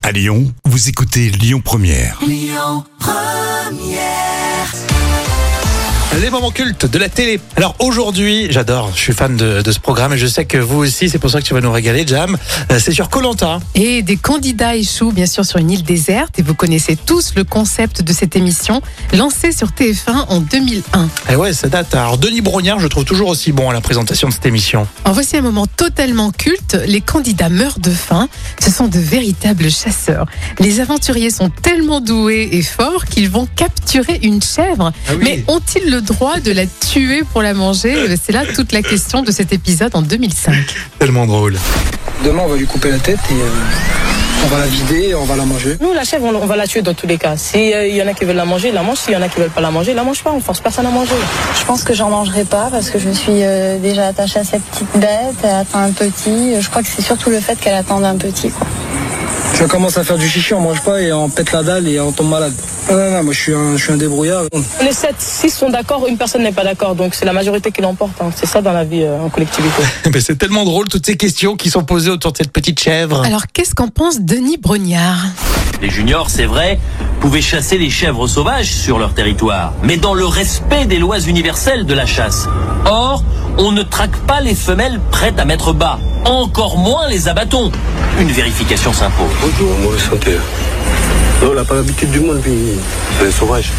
À Lyon, vous écoutez Lyon Première. Les moments cultes de la télé. Alors aujourd'hui, j'adore, je suis fan de ce programme et je sais que vous aussi, c'est pour ça que tu vas nous régaler, Jam. C'est sur Koh-Lanta. Et des candidats échouent bien sûr sur une île déserte et vous connaissez tous le concept de cette émission lancée sur TF1 en 2001. Et ouais, ça date. Alors Denis Brognard, je trouve toujours aussi bon à la présentation de cette émission. En voici un moment totalement culte, les candidats meurent de faim, ce sont de véritables chasseurs. Les aventuriers sont tellement doués et forts qu'ils vont capturer une chèvre. Ah oui. Mais ont-ils le droit de la tuer pour la manger? C'est là toute la question de cet épisode en 2005. Tellement drôle. Demain, on va lui couper la tête et on va la vider et on va la manger. Nous, la chèvre, on va la tuer dans tous les cas. S'il y en a qui veulent la manger, ils la mangent. S'il y en a qui veulent pas la manger, ils la mangent pas. On force personne à manger. Je pense que j'en mangerai pas parce que je suis déjà attachée à cette petite bête. Elle attend un petit. Je crois que c'est surtout le fait qu'elle attende un petit, quoi. Ça commence à faire du chichi, on mange pas et on pète la dalle et on tombe malade. Non, moi je suis un débrouillard. Les 7-6 sont d'accord, une personne n'est pas d'accord. Donc c'est la majorité qui l'emporte. C'est ça dans la vie en collectivité. Mais c'est tellement drôle toutes ces questions qui sont posées autour de cette petite chèvre. Alors qu'est-ce qu'en pense Denis Brognard? Les juniors, c'est vrai, pouvaient chasser les chèvres sauvages sur leur territoire, mais dans le respect des lois universelles de la chasse. Or, on ne traque pas les femelles prêtes à mettre bas, encore moins les abattons. Une vérification s'impose. Bonjour, mauvaise santé. Non, on n'a pas l'habitude du monde, puis c'est les sauvages.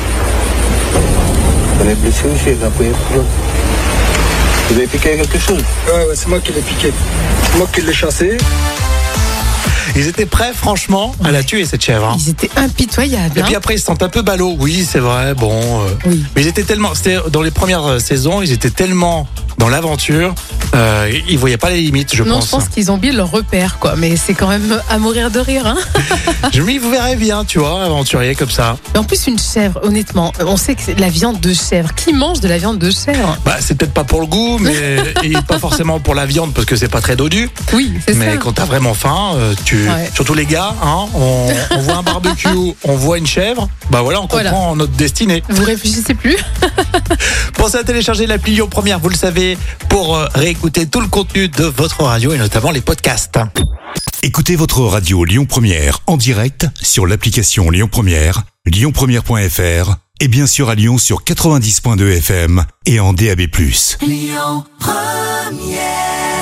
On est blessé aussi, il a pris un coup. Vous avez piqué quelque chose? Ouais, c'est moi qui l'ai piqué. C'est moi qui l'ai chassé. Ils étaient prêts, franchement, à la tuer, cette chèvre. Hein. Ils étaient impitoyables. Et puis après, ils se sentent un peu ballots. Oui, c'est vrai, bon. Oui. Mais ils étaient tellement. C'était dans les premières saisons, ils étaient tellement dans l'aventure, ils voyaient pas les limites, je Non, pense. je pense qu'ils ont oublié leur repère, quoi. Mais c'est quand même à mourir de rire, hein. Je me dis, vous verrez bien, tu vois, aventurier comme ça. Mais en plus, une chèvre, honnêtement, on sait que c'est de la viande de chèvre. Qui mange de la viande de chèvre? Bah, c'est peut-être pas pour le goût, mais et pas forcément pour la viande parce que c'est pas très dodu. Oui, c'est Mais ça. quand t'as vraiment faim, Ouais. surtout les gars, hein, on voit un barbecue, on voit une chèvre, bah voilà, on comprend notre destinée. Vous réfléchissez plus? Pensez à télécharger l'appli Lyon Première, vous le savez, pour réécouter tout le contenu de votre radio et notamment les podcasts. Écoutez votre radio Lyon Première en direct sur l'application Lyon Première, lyonpremière.fr et bien sûr à Lyon sur 90.2 FM et en DAB+. Lyon Première.